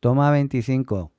Toma 25.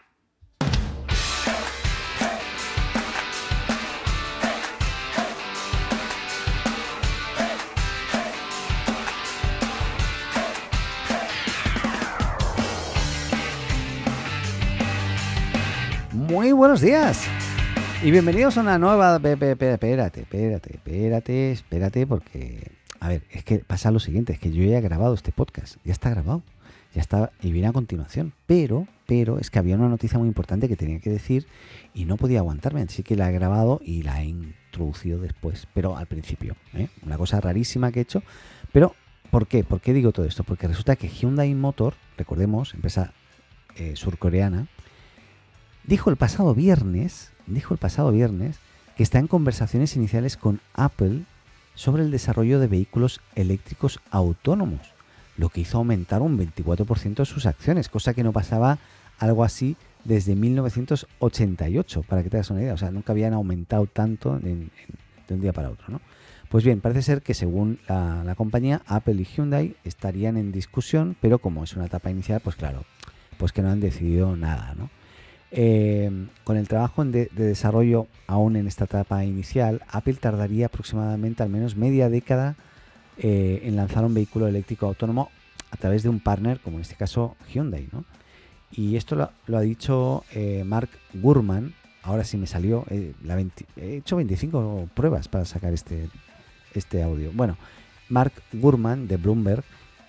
Muy buenos días y bienvenidos a una nueva... Espérate, porque... A ver, es que pasa lo siguiente, es que yo ya he grabado este podcast, ya está grabado, ya está y viene a continuación, pero es que había una noticia muy importante que tenía que decir y no podía aguantarme, así que la he grabado y la he introducido después, pero al principio, una cosa rarísima que he hecho, pero ¿por qué? ¿Por qué digo todo esto? Porque resulta que Hyundai Motor, recordemos, empresa surcoreana, dijo el pasado viernes que está en conversaciones iniciales con Apple sobre el desarrollo de vehículos eléctricos autónomos, lo que hizo aumentar un 24% sus acciones, cosa que no pasaba algo así desde 1988, para que te hagas una idea. O sea, nunca habían aumentado tanto de un día para otro, ¿no? Pues bien, parece ser que según la compañía, Apple y Hyundai estarían en discusión, pero como es una etapa inicial, pues claro, pues que no han decidido nada, ¿no? Con el trabajo de desarrollo aún en esta etapa inicial, Apple tardaría aproximadamente al menos media década en lanzar un vehículo eléctrico autónomo a través de un partner, como en este caso Hyundai, ¿no? Y esto lo ha dicho Mark Gurman. Ahora sí me salió, he hecho 25 pruebas para sacar este audio. Bueno, Mark Gurman de Bloomberg,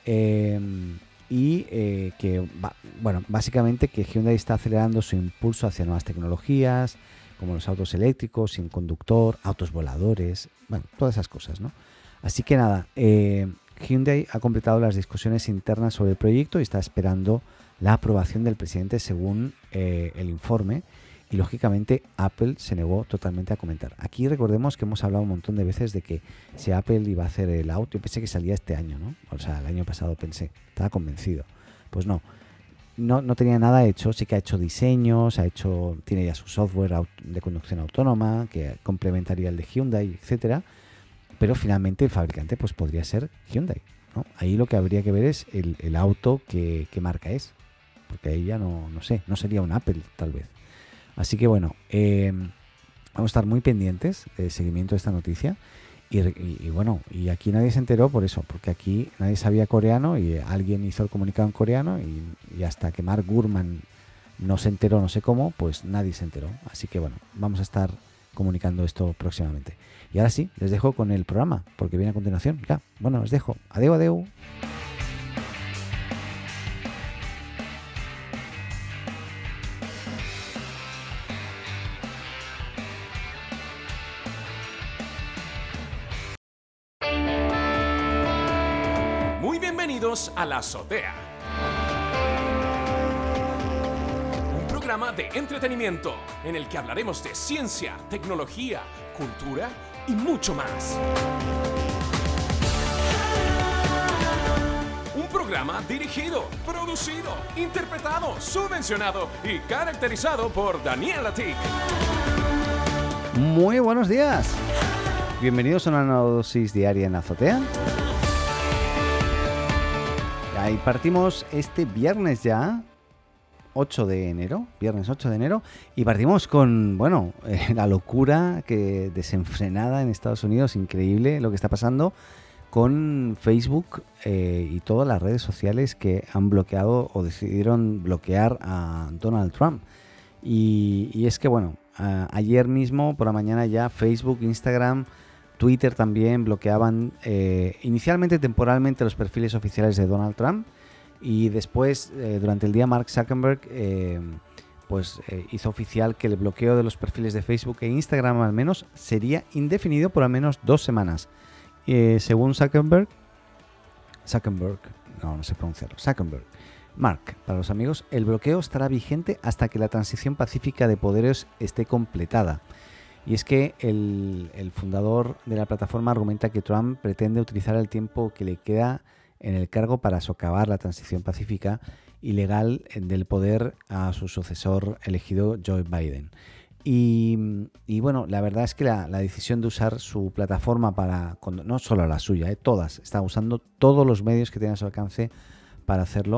básicamente que Hyundai está acelerando su impulso hacia nuevas tecnologías, como los autos eléctricos, sin conductor, autos voladores, bueno, todas esas cosas, ¿no? Así que nada, Hyundai ha completado las discusiones internas sobre el proyecto y está esperando la aprobación del presidente según el informe, y lógicamente Apple se negó totalmente a comentar. Aquí recordemos que hemos hablado un montón de veces de que si Apple iba a hacer el auto, yo pensé que salía este año, ¿no? O sea, el año pasado pensé, estaba convencido. Pues no tenía nada hecho, sí que ha hecho diseños, tiene ya su software de conducción autónoma que complementaría el de Hyundai, etcétera, pero finalmente el fabricante pues podría ser Hyundai, ¿no? Ahí lo que habría que ver es el auto qué marca es, porque ahí ya no sé, no sería un Apple tal vez. Así que bueno, vamos a estar muy pendientes del seguimiento de esta noticia. Y aquí nadie se enteró por eso, porque aquí nadie sabía coreano y alguien hizo el comunicado en coreano y hasta que Mark Gurman no se enteró, no sé cómo, pues nadie se enteró. Así que bueno, vamos a estar comunicando esto próximamente. Y ahora sí, les dejo con el programa, porque viene a continuación. Ya, bueno, les dejo. Adeu. Bienvenidos a La Azotea, un programa de entretenimiento en el que hablaremos de ciencia, tecnología, cultura y mucho más. Un programa dirigido, producido, interpretado, subvencionado y caracterizado por Daniel Atik. Muy buenos días. Bienvenidos a una nueva dosis diaria en La Azotea. Ahí partimos este viernes ya, 8 de enero, y partimos con, la locura desenfrenada en Estados Unidos, increíble lo que está pasando con Facebook y todas las redes sociales que han bloqueado o decidieron bloquear a Donald Trump. Y es que, ayer mismo por la mañana ya Facebook, Instagram, Twitter también bloqueaban inicialmente temporalmente los perfiles oficiales de Donald Trump, y después durante el día Mark Zuckerberg hizo oficial que el bloqueo de los perfiles de Facebook e Instagram al menos sería indefinido por al menos 2 semanas. Según Zuckerberg, no sé pronunciarlo, Mark, para los amigos, el bloqueo estará vigente hasta que la transición pacífica de poderes esté completada. Y es que el fundador de la plataforma argumenta que Trump pretende utilizar el tiempo que le queda en el cargo para socavar la transición pacífica y legal del poder a su sucesor elegido, Joe Biden. Y bueno, la verdad es que la decisión de usar su plataforma no solo la suya, todas, está usando todos los medios que tiene a su alcance para hacerlo,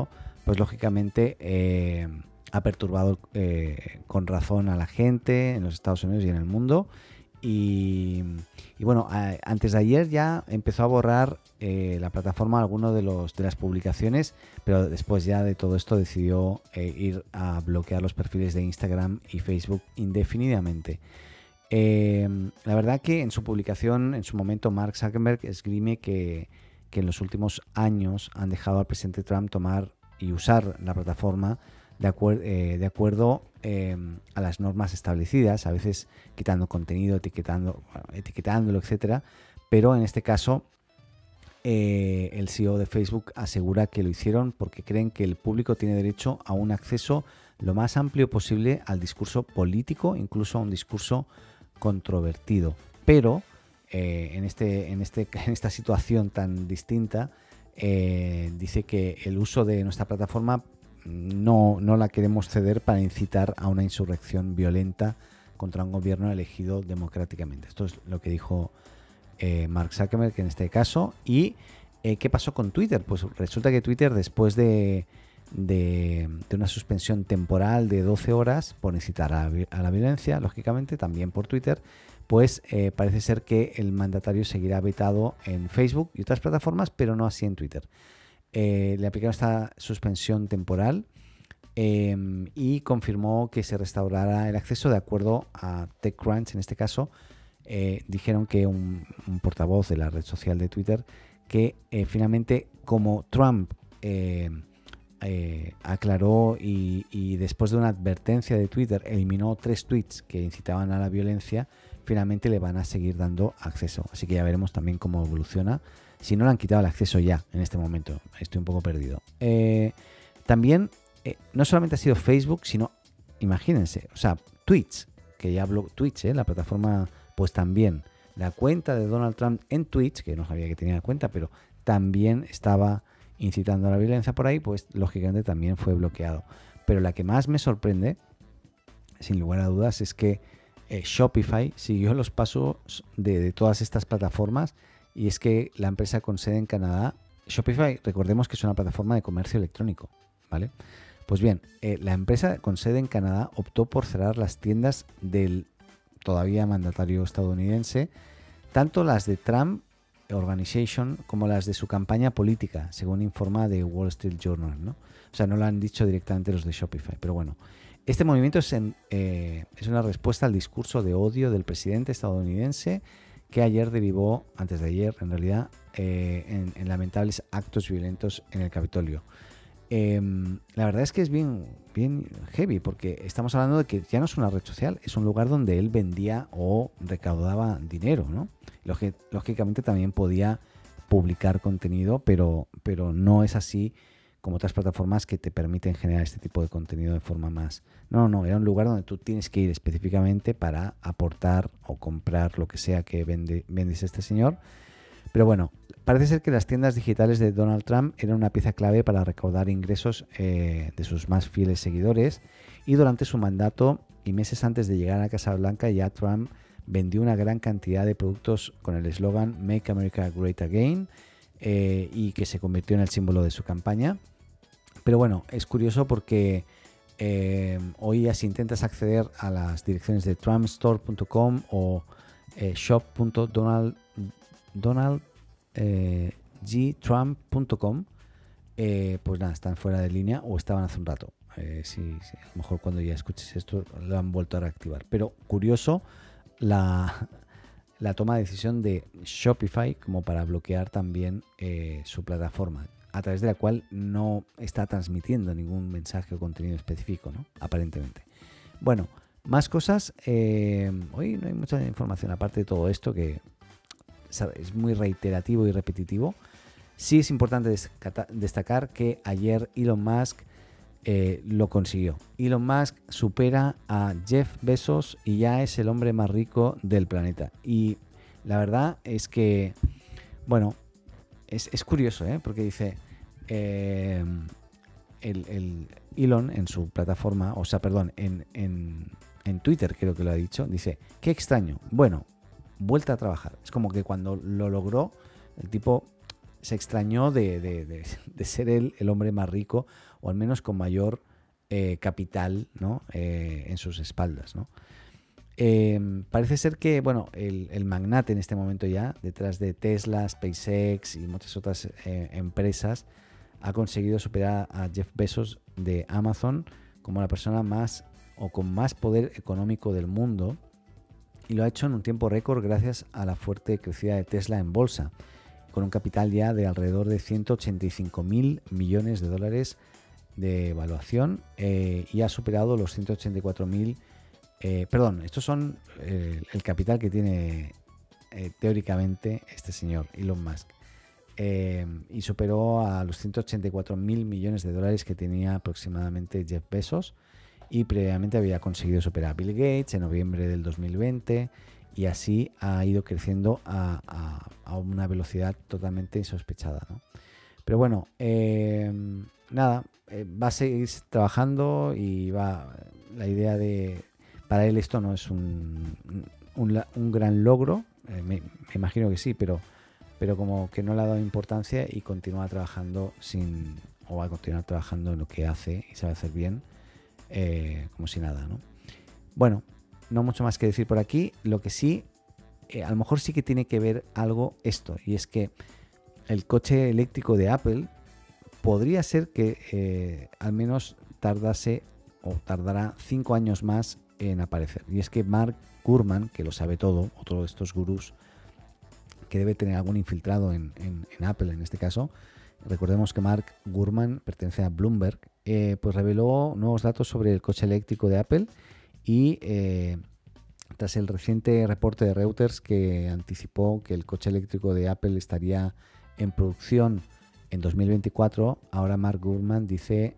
pues lógicamente ha perturbado con razón a la gente en los Estados Unidos y en el mundo. Y bueno, antes de ayer ya empezó a borrar la plataforma algunas de las publicaciones, pero después ya de todo esto decidió ir a bloquear los perfiles de Instagram y Facebook indefinidamente. La verdad que en su publicación, en su momento, Mark Zuckerberg esgrime que en los últimos años han dejado al presidente Trump tomar y usar la plataforma de acuerdo a las normas establecidas, a veces quitando contenido, etiquetándolo, etcétera. Pero en este caso, el CEO de Facebook asegura que lo hicieron porque creen que el público tiene derecho a un acceso lo más amplio posible al discurso político, incluso a un discurso controvertido. Pero en esta situación tan distinta, dice que el uso de nuestra plataforma no la queremos ceder para incitar a una insurrección violenta contra un gobierno elegido democráticamente. Esto es lo que dijo Mark Zuckerberg en este caso. ¿Y qué pasó con Twitter? Pues resulta que Twitter, después de una suspensión temporal de 12 horas por incitar a la violencia, lógicamente, también por Twitter, pues parece ser que el mandatario seguirá vetado en Facebook y otras plataformas, pero no así en Twitter. Le aplicaron esta suspensión temporal y confirmó que se restaurará el acceso de acuerdo a TechCrunch. En este caso, dijeron que un portavoz de la red social de Twitter que finalmente, como Trump aclaró y después de una advertencia de Twitter eliminó 3 tweets que incitaban a la violencia, finalmente le van a seguir dando acceso. Así que ya veremos también cómo evoluciona. Si no le han quitado el acceso ya en este momento, estoy un poco perdido. También, no solamente ha sido Facebook, sino, imagínense, o sea, Twitch, que ya habló Twitch, la plataforma, pues también la cuenta de Donald Trump en Twitch, que no sabía que tenía cuenta, pero también estaba incitando a la violencia por ahí, pues lógicamente también fue bloqueado. Pero la que más me sorprende, sin lugar a dudas, es que Shopify siguió los pasos de todas estas plataformas. Y es que la empresa con sede en Canadá, Shopify, recordemos que es una plataforma de comercio electrónico, ¿vale? Pues bien, la empresa con sede en Canadá optó por cerrar las tiendas del todavía mandatario estadounidense, tanto las de Trump Organization como las de su campaña política, según informa The Wall Street Journal, ¿no? O sea, no lo han dicho directamente los de Shopify, pero bueno. Este movimiento es una respuesta al discurso de odio del presidente estadounidense, que ayer derivó, antes de ayer en realidad, en lamentables actos violentos en el Capitolio. La verdad es que es bien heavy, porque estamos hablando de que ya no es una red social, es un lugar donde él vendía o recaudaba dinero, ¿no? Lógicamente también podía publicar contenido, pero no es así como otras plataformas que te permiten generar este tipo de contenido de forma más... No, era un lugar donde tú tienes que ir específicamente para aportar o comprar lo que sea que vendiese este señor. Pero bueno, parece ser que las tiendas digitales de Donald Trump eran una pieza clave para recaudar ingresos de sus más fieles seguidores, y durante su mandato y meses antes de llegar a la Casa Blanca ya Trump vendió una gran cantidad de productos con el eslogan Make America Great Again, y que se convirtió en el símbolo de su campaña. Pero bueno, es curioso porque hoy ya si intentas acceder a las direcciones de trumpstore.com o shop.donaldgtrump.com, pues nada, están fuera de línea o estaban hace un rato. Si a lo mejor cuando ya escuches esto lo han vuelto a reactivar. Pero curioso la toma de decisión de Shopify como para bloquear también su plataforma, a través de la cual no está transmitiendo ningún mensaje o contenido específico, ¿no? Aparentemente. Bueno, más cosas. Hoy no hay mucha información aparte de todo esto, que es muy reiterativo y repetitivo. Sí es importante destacar que ayer Elon Musk lo consiguió. Elon Musk supera a Jeff Bezos y ya es el hombre más rico del planeta. Y la verdad es que, bueno, es curioso, porque dice el Elon en su plataforma, o sea, perdón, en Twitter creo que lo ha dicho, dice, qué extraño, bueno, vuelta a trabajar. Es como que cuando lo logró, el tipo se extrañó de ser el hombre más rico, o al menos con mayor capital, ¿no? En sus espaldas, ¿no? Parece ser que, bueno, el magnate en este momento ya, detrás de Tesla, SpaceX y muchas otras empresas, ha conseguido superar a Jeff Bezos de Amazon como la persona más o con más poder económico del mundo, y lo ha hecho en un tiempo récord gracias a la fuerte crecida de Tesla en bolsa, con un capital ya de alrededor de 185.000 millones de dólares de evaluación, y ha superado los 184.000. Estos son el capital que tiene teóricamente este señor Elon Musk, y superó a los 184.000 millones de dólares que tenía aproximadamente Jeff Bezos, y previamente había conseguido superar a Bill Gates en noviembre del 2020, y así ha ido creciendo a una velocidad totalmente insospechada, ¿no? Pero bueno, va a seguir trabajando, y la idea de... Para él esto no es un gran logro, me imagino que sí, pero como que no le ha dado importancia y continúa trabajando o va a continuar trabajando en lo que hace y sabe hacer bien, como si nada, ¿no? Bueno, no mucho más que decir por aquí. Lo que sí, a lo mejor sí que tiene que ver algo esto, y es que el coche eléctrico de Apple podría ser que al menos tardará 5 años más en aparecer. Y es que Mark Gurman, que lo sabe todo, otro de estos gurús que debe tener algún infiltrado en Apple en este caso, recordemos que Mark Gurman pertenece a Bloomberg, pues reveló nuevos datos sobre el coche eléctrico de Apple, y tras el reciente reporte de Reuters que anticipó que el coche eléctrico de Apple estaría en producción en 2024, ahora Mark Gurman dice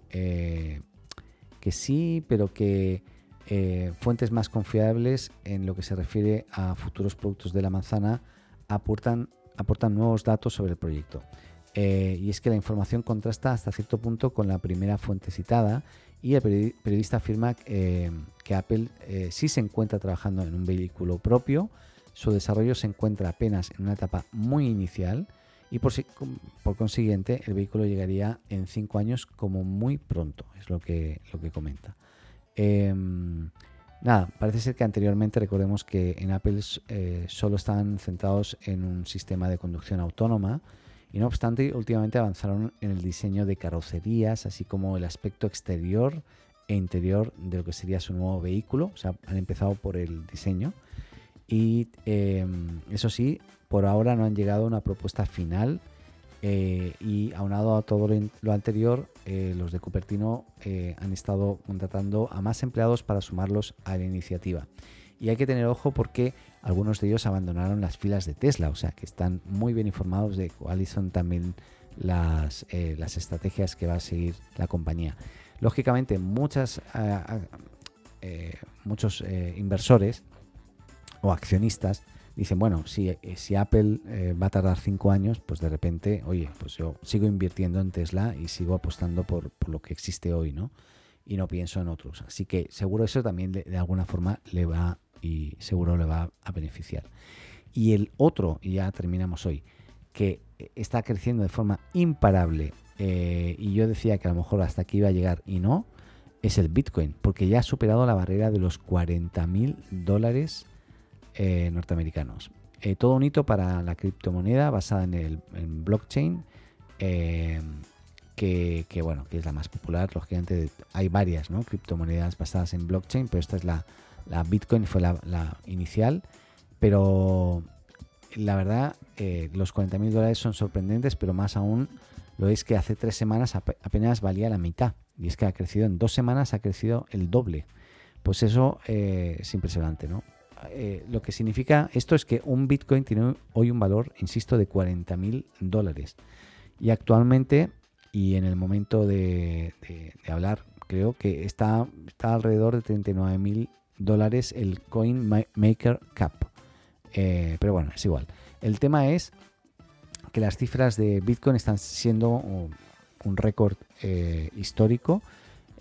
que sí, pero que fuentes más confiables en lo que se refiere a futuros productos de la manzana aportan nuevos datos sobre el proyecto. Y es que la información contrasta hasta cierto punto con la primera fuente citada, y el periodista afirma que Apple sí se encuentra trabajando en un vehículo propio. Su desarrollo se encuentra apenas en una etapa muy inicial, y por consiguiente el vehículo llegaría en 5 años como muy pronto, es lo que comenta. Parece ser que anteriormente, recordemos que en Apple solo estaban centrados en un sistema de conducción autónoma, y no obstante últimamente avanzaron en el diseño de carrocerías, así como el aspecto exterior e interior de lo que sería su nuevo vehículo. O sea, han empezado por el diseño, y eso sí, por ahora no han llegado a una propuesta final, y aunado a todo lo anterior, los de Cupertino han estado contratando a más empleados para sumarlos a la iniciativa. Y hay que tener ojo porque algunos de ellos abandonaron las filas de Tesla, o sea que están muy bien informados de cuáles son también las estrategias que va a seguir la compañía. Lógicamente, muchos inversores o accionistas dicen, bueno, si Apple va a tardar 5 años, pues de repente, oye, pues yo sigo invirtiendo en Tesla y sigo apostando por lo que existe hoy, ¿no? Y no pienso en otros. Así que seguro eso también de alguna forma le va a beneficiar. Y el otro, y ya terminamos hoy, que está creciendo de forma imparable, y yo decía que a lo mejor hasta aquí iba a llegar y no, es el Bitcoin, porque ya ha superado la barrera de los $40.000 norteamericanos. Todo un hito para la criptomoneda basada en blockchain, que es la más popular. Lógicamente hay varias, ¿no?, criptomonedas basadas en blockchain, pero esta es la Bitcoin, fue la inicial. Pero la verdad, los $40.000 son sorprendentes, pero más aún lo es que hace 3 semanas apenas valía la mitad, y es que ha crecido en 2 semanas, ha crecido el doble. Pues eso es impresionante, ¿no? Lo que significa esto es que un Bitcoin tiene hoy un valor, insisto, de $40.000, y actualmente, y en el momento de hablar, creo que está alrededor de $39.000 el Coin Maker Cap, pero bueno, es igual. El tema es que las cifras de Bitcoin están siendo un récord histórico,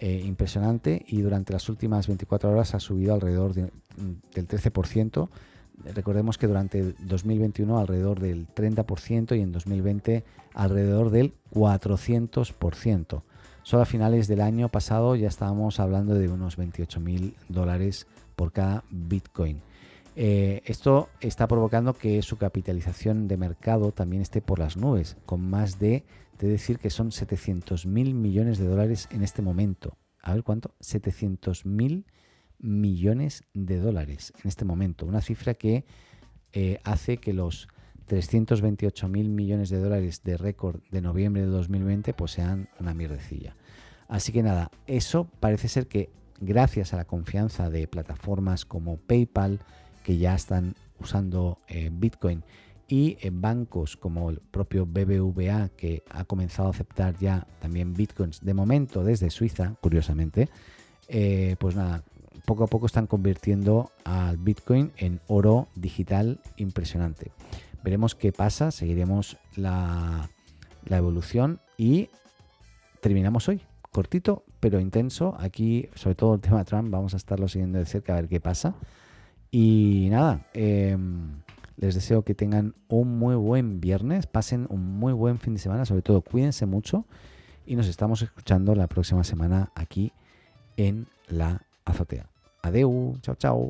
impresionante, y durante las últimas 24 horas ha subido alrededor del 13% recordemos que durante 2021 alrededor del 30% y en 2020 alrededor del 400%. Solo a finales del año pasado ya estábamos hablando de unos $28.000 por cada Bitcoin. Esto está provocando que su capitalización de mercado también esté por las nubes, con más de decir que son $700.000 millones en este momento. A ver cuánto, $700.000 millones en este momento. Una cifra que hace que los $328.000 millones de récord de noviembre de 2020 pues sean una mierdecilla. Así que nada, eso parece ser que gracias a la confianza de plataformas como PayPal, que ya están usando Bitcoin, y en bancos como el propio BBVA, que ha comenzado a aceptar ya también Bitcoins, de momento desde Suiza, curiosamente, pues nada, poco a poco están convirtiendo al Bitcoin en oro digital impresionante. Veremos qué pasa, seguiremos la evolución y terminamos hoy. Cortito, pero intenso. Aquí, sobre todo el tema Trump, vamos a estarlo siguiendo de cerca a ver qué pasa. Y nada, les deseo que tengan un muy buen viernes, pasen un muy buen fin de semana, sobre todo cuídense mucho y nos estamos escuchando la próxima semana aquí en La Azotea. Adeu, chao, chao.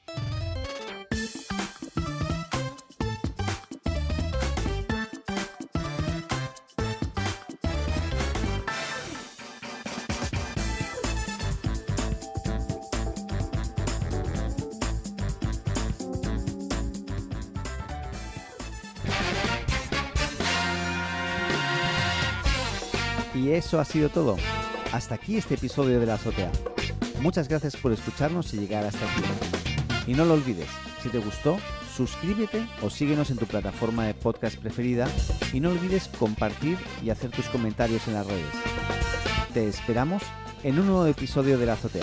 Y eso ha sido todo. Hasta aquí este episodio de La Azotea. Muchas gracias por escucharnos y llegar hasta aquí. Y no lo olvides, si te gustó, suscríbete o síguenos en tu plataforma de podcast preferida y no olvides compartir y hacer tus comentarios en las redes. Te esperamos en un nuevo episodio de La Azotea.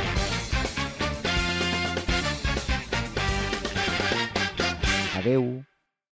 Adeu.